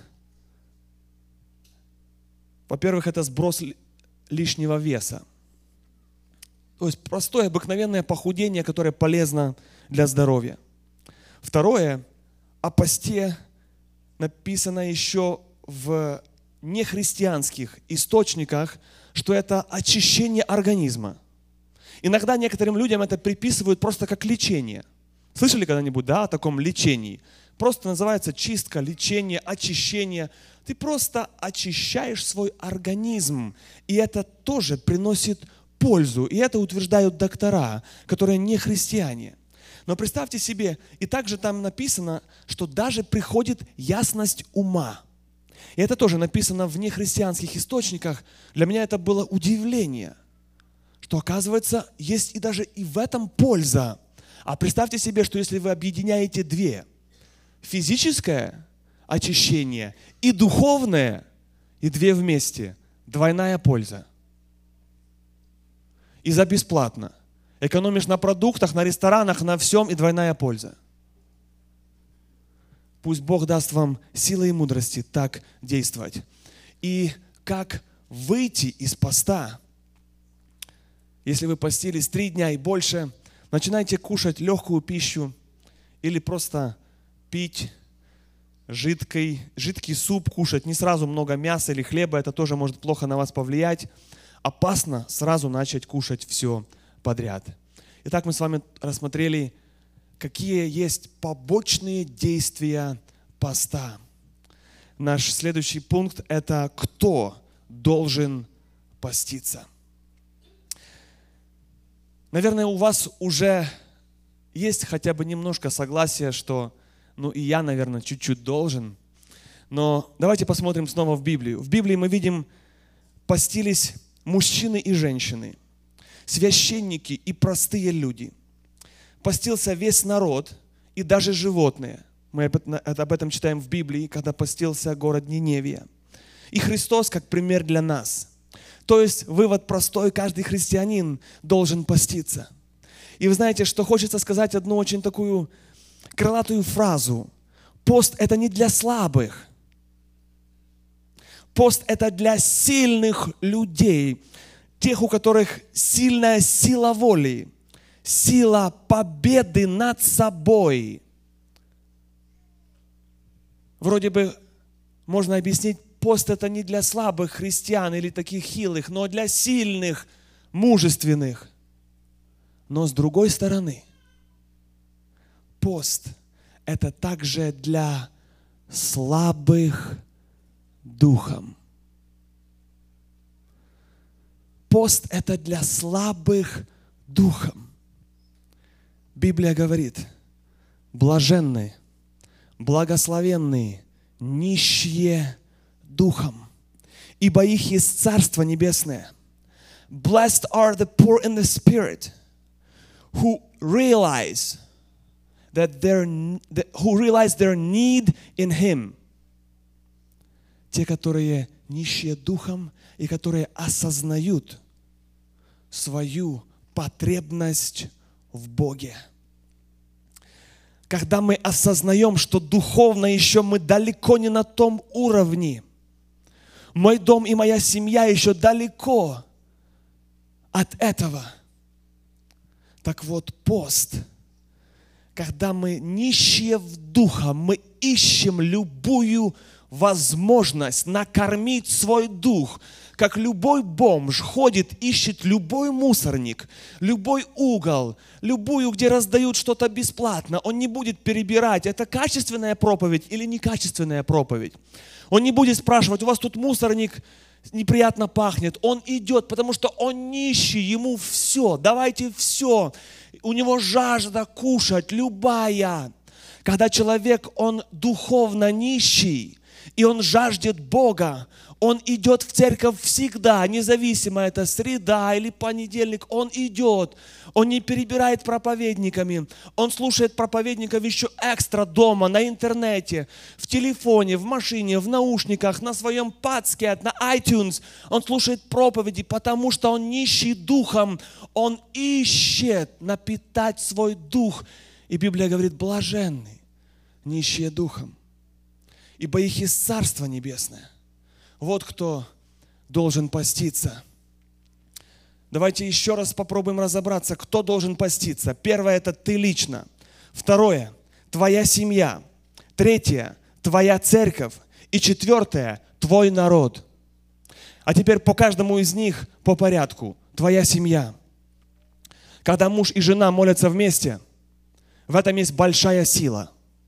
Во-первых, это сброс лишнего веса. То есть простое, обыкновенное похудение, которое полезно для здоровья. Второе, о посте написано еще в нехристианских источниках, что это очищение организма. Иногда некоторым людям это приписывают просто как лечение. Слышали когда-нибудь, о таком лечении? Просто называется чистка, лечение, очищение. Ты просто очищаешь свой организм. И это тоже приносит пользу. И это утверждают доктора, которые не христиане. Но представьте себе, и также там написано, что даже приходит ясность ума. И это тоже написано в нехристианских источниках. Для меня это было удивление, что, оказывается, есть и даже и в этом польза. А представьте себе, что если вы объединяете две, физическое очищение и духовное, и две вместе, двойная польза. И за бесплатно. Экономишь на продуктах, на ресторанах, на всем, и двойная польза. Пусть Бог даст вам силы и мудрости так действовать. И как выйти из поста? Если вы постились 3 дня и больше, начинайте кушать легкую пищу или просто пить жидкий суп, кушать не сразу много мяса или хлеба, это тоже может плохо на вас повлиять. Опасно сразу начать кушать все подряд. Итак, мы с вами рассмотрели, какие есть побочные действия поста. Наш следующий пункт – это кто должен поститься. Наверное, у вас уже есть хотя бы немножко согласия, что, и я, наверное, чуть-чуть должен. Но давайте посмотрим снова в Библию. В Библии мы видим, постились мужчины и женщины, священники и простые люди. Постился весь народ и даже животные. Мы об этом читаем в Библии, когда постился город Ниневия. И Христос как пример для нас. То есть вывод простой, каждый христианин должен поститься. И вы знаете, что хочется сказать одну очень такую крылатую фразу. Пост – это не для слабых. Пост – это для сильных людей, тех, у которых сильная сила воли, сила победы над собой. Вроде бы можно объяснить, пост – это не для слабых христиан или таких хилых, но для сильных, мужественных. Но с другой стороны, пост – это также для слабых духом. Пост – это для слабых духом. Библия говорит, блаженны, благословенные, нищие духом, ибо их есть Царство Небесное. Blessed are the poor in the spirit, who realize their need in Him. Те, которые нищие духом и которые осознают свою потребность в Боге. Когда мы осознаем, что духовно еще мы далеко не на том уровне, мой дом и моя семья еще далеко от этого. Так вот, пост, когда мы нищие в духе, мы ищем любую возможность накормить свой дух, как любой бомж ходит, ищет любой мусорник, любой угол, любую, где раздают что-то бесплатно. Он не будет перебирать, это качественная проповедь или некачественная проповедь. Он не будет спрашивать, у вас тут мусорник неприятно пахнет. Он идет, потому что он нищий, ему все, давайте все. У него жажда кушать, любая. Когда человек, он духовно нищий, и он жаждет Бога, он идет в церковь всегда, независимо, это среда или понедельник, он идет, он не перебирает проповедниками, он слушает проповедников еще экстра дома, на интернете, в телефоне, в машине, в наушниках, на своем падскет, на iTunes, он слушает проповеди, потому что он нищий духом, он ищет напитать свой дух, и Библия говорит, блаженны, нищие духом, ибо их есть Царство Небесное. Вот кто должен поститься. Давайте еще раз попробуем разобраться, кто должен поститься. Первое – это ты лично. Второе – твоя семья. Третье – твоя церковь. И четвертое – твой народ. А теперь по каждому из них по порядку. Твоя семья. Когда муж и жена молятся вместе, в этом есть большая сила.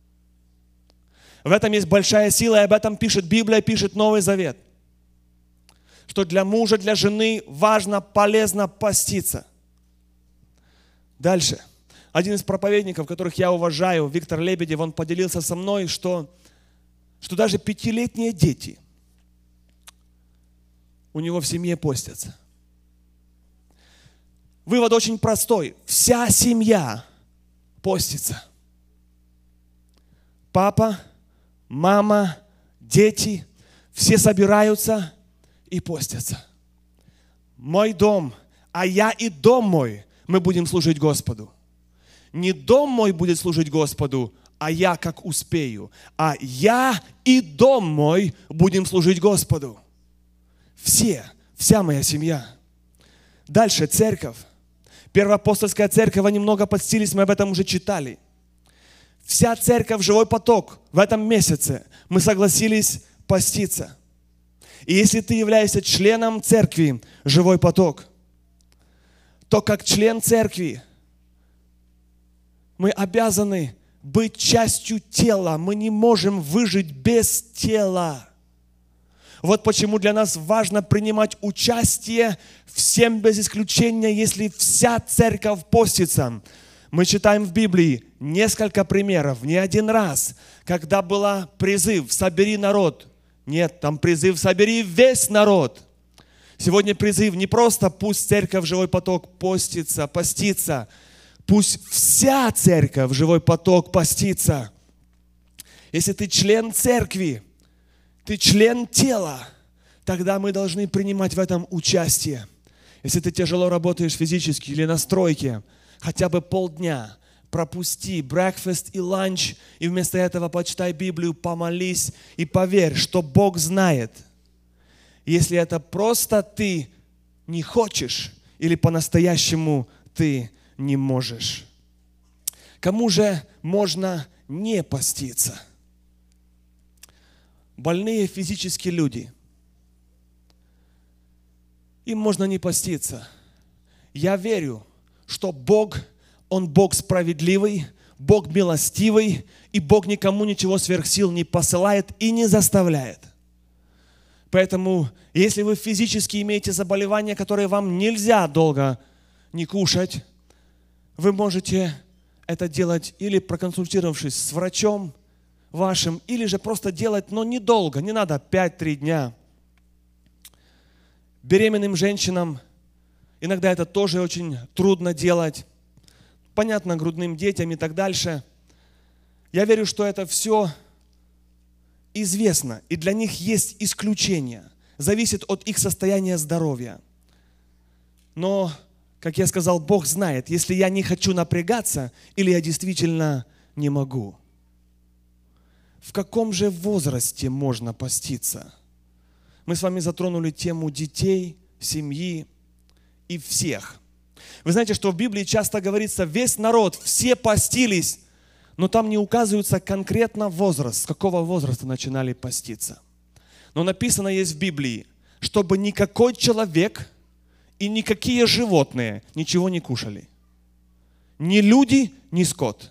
В этом есть большая сила, и об этом пишет Библия, пишет Новый Завет. Что для мужа, для жены важно, полезно поститься. Дальше. Один из проповедников, которых я уважаю, Виктор Лебедев, он поделился со мной, что даже 5-летние дети у него в семье постятся. Вывод очень простой. Вся семья постится. Папа, мама, дети, все собираются и постятся. Мой дом, а я и дом мой, мы будем служить Господу. Не дом мой будет служить Господу, а я как успею. А я и дом мой будем служить Господу. Вся моя семья. Дальше церковь. Первоапостольская церковь, они много постились, мы об этом уже читали. Вся церковь, живой поток, в этом месяце мы согласились поститься. И если ты являешься членом церкви, живой поток, то как член церкви мы обязаны быть частью тела. Мы не можем выжить без тела. Вот почему для нас важно принимать участие всем без исключения, если вся церковь постится. Мы читаем в Библии несколько примеров, не один раз, когда был призыв «собери народ». Нет, там призыв «собери весь народ». Сегодня призыв не просто «пусть церковь Живой поток постится». Пусть вся церковь Живой поток постится. Если ты член церкви, ты член тела, тогда мы должны принимать в этом участие. Если ты тяжело работаешь физически или на стройке, хотя бы полдня пропусти breakfast и lunch, и вместо этого почитай Библию, помолись и поверь, что Бог знает. Если это просто ты не хочешь или по-настоящему ты не можешь. Кому же можно не поститься? Больные физически люди. Им можно не поститься. Я верю, что Бог, Он Бог справедливый, Бог милостивый, и Бог никому ничего сверх сил не посылает и не заставляет. Поэтому, если вы физически имеете заболевания, которые вам нельзя долго не кушать, вы можете это делать или проконсультировавшись с врачом вашим, или же просто делать, но недолго, не надо 5-3 дня. Беременным женщинам иногда это тоже очень трудно делать. Понятно, грудным детям и так дальше. Я верю, что это все известно, и для них есть исключения. Зависит от их состояния здоровья. Но, как я сказал, Бог знает, если я не хочу напрягаться, или я действительно не могу. В каком же возрасте можно поститься? Мы с вами затронули тему детей, семьи и всех. Вы знаете, что в Библии часто говорится, весь народ, все постились, но там не указывается конкретно возраст, с какого возраста начинали поститься. Но написано есть в Библии, чтобы никакой человек и никакие животные ничего не кушали. Ни люди, ни скот.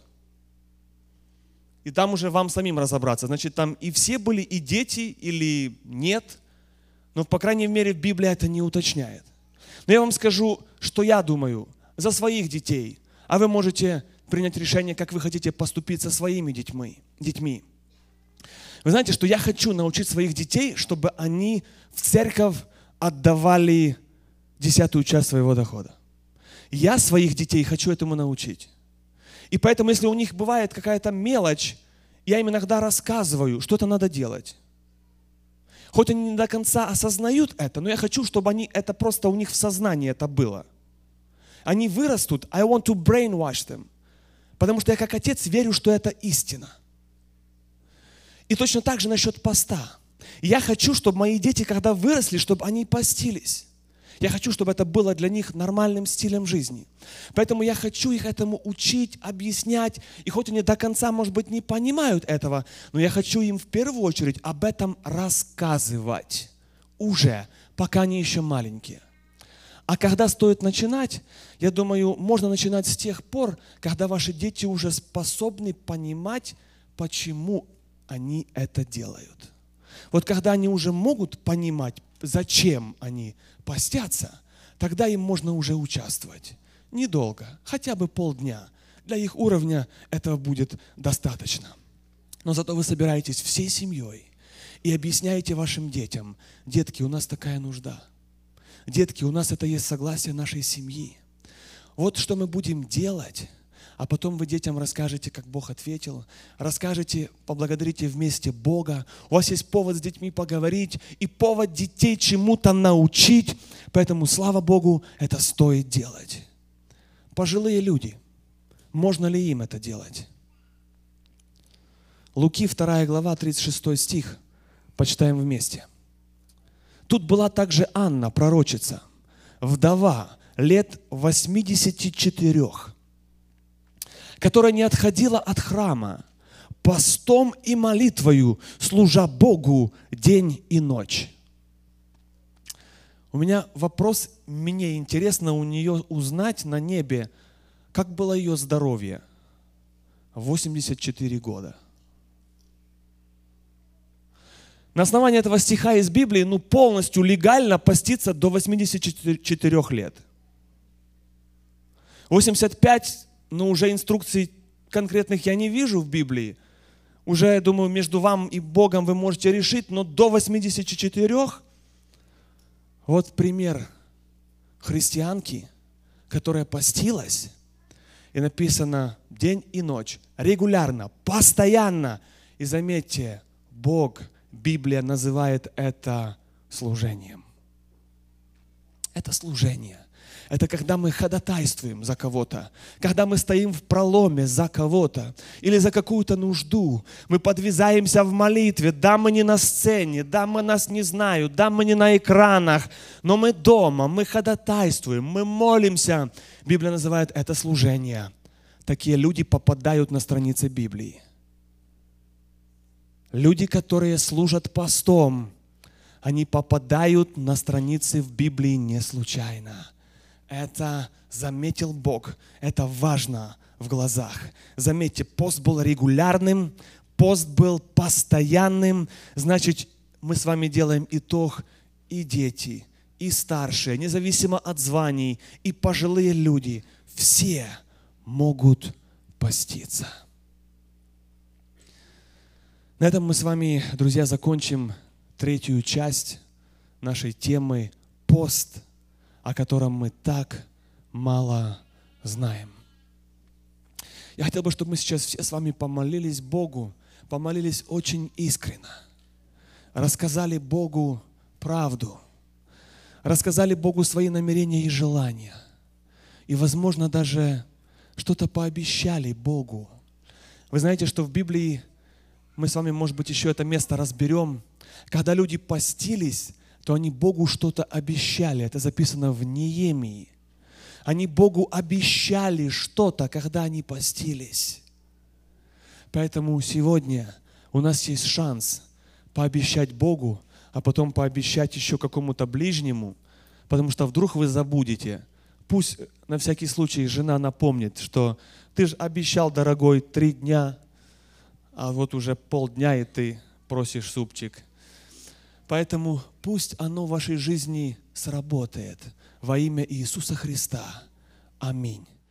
И там уже вам самим разобраться. Значит, там и все были, и дети, или нет. Но, по крайней мере, Библия это не уточняет. Но я вам скажу, что я думаю за своих детей. А вы можете принять решение, как вы хотите поступить со своими детьми. Вы знаете, что я хочу научить своих детей, чтобы они в церковь отдавали 10-ю часть своего дохода. Я своих детей хочу этому научить. И поэтому, если у них бывает какая-то мелочь, я им иногда рассказываю, что это надо делать. Хоть они не до конца осознают это, но я хочу, чтобы это просто у них в сознании это было. Они вырастут, I want to brainwash them. Потому что я как отец верю, что это истина. И точно так же насчет поста. Я хочу, чтобы мои дети, когда выросли, чтобы они постились. Я хочу, чтобы это было для них нормальным стилем жизни. Поэтому я хочу их этому учить, объяснять. И хоть они до конца, может быть, не понимают этого, но я хочу им в первую очередь об этом рассказывать. Уже, пока они еще маленькие. А когда стоит начинать, я думаю, можно начинать с тех пор, когда ваши дети уже способны понимать, почему они это делают. Вот когда они уже могут понимать, зачем они постятся, тогда им можно уже участвовать. Недолго, хотя бы полдня. Для их уровня этого будет достаточно. Но зато вы собираетесь всей семьей и объясняете вашим детям: детки, у нас такая нужда. Детки, у нас это есть согласие нашей семьи. Вот что мы будем делать. А потом вы детям расскажете, как Бог ответил, расскажете, поблагодарите вместе Бога. У вас есть повод с детьми поговорить и повод детей чему-то научить. Поэтому, слава Богу, это стоит делать. Пожилые люди, можно ли им это делать? Луки 2 глава, 36 стих. Почитаем вместе. Тут была также Анна, пророчица, вдова лет 84, которая не отходила от храма, постом и молитвою, служа Богу день и ночь. У меня вопрос, мне интересно у нее узнать на небе, как было ее здоровье. 84 года. На основании этого стиха из Библии, полностью легально поститься до 84 лет. 85, уже инструкций конкретных я не вижу в Библии. Уже, я думаю, между вам и Богом вы можете решить, но до 84, вот пример христианки, которая постилась, и написано день и ночь, регулярно, постоянно. И заметьте, Бог, Библия называет это служением. Это служение. Это когда мы ходатайствуем за кого-то, когда мы стоим в проломе за кого-то или за какую-то нужду. Мы подвязаемся в молитве. Да, мы не на сцене, да, мы нас не знают, да, мы не на экранах, но мы дома, мы ходатайствуем, мы молимся. Библия называет это служение. Такие люди попадают на страницы Библии. Люди, которые служат постом, они попадают на страницы в Библии не случайно. Это заметил Бог, это важно в глазах. Заметьте, пост был регулярным, пост был постоянным. Значит, мы с вами делаем итог: и дети, и старшие, независимо от званий, и пожилые люди, все могут поститься. На этом мы с вами, друзья, закончим третью часть нашей темы «Пост», о котором мы так мало знаем. Я хотел бы, чтобы мы сейчас все с вами помолились Богу, помолились очень искренне, рассказали Богу правду, рассказали Богу свои намерения и желания, и, возможно, даже что-то пообещали Богу. Вы знаете, что в Библии, мы с вами, может быть, еще это место разберем, когда люди постились, то они Богу что-то обещали. Это записано в Неемии. Они Богу обещали что-то, когда они постились. Поэтому сегодня у нас есть шанс пообещать Богу, а потом пообещать еще какому-то ближнему, потому что вдруг вы забудете. Пусть на всякий случай жена напомнит, что ты же обещал, дорогой, 3 дня, а вот уже полдня, и ты просишь супчик. Поэтому пусть оно в вашей жизни сработает во имя Иисуса Христа. Аминь.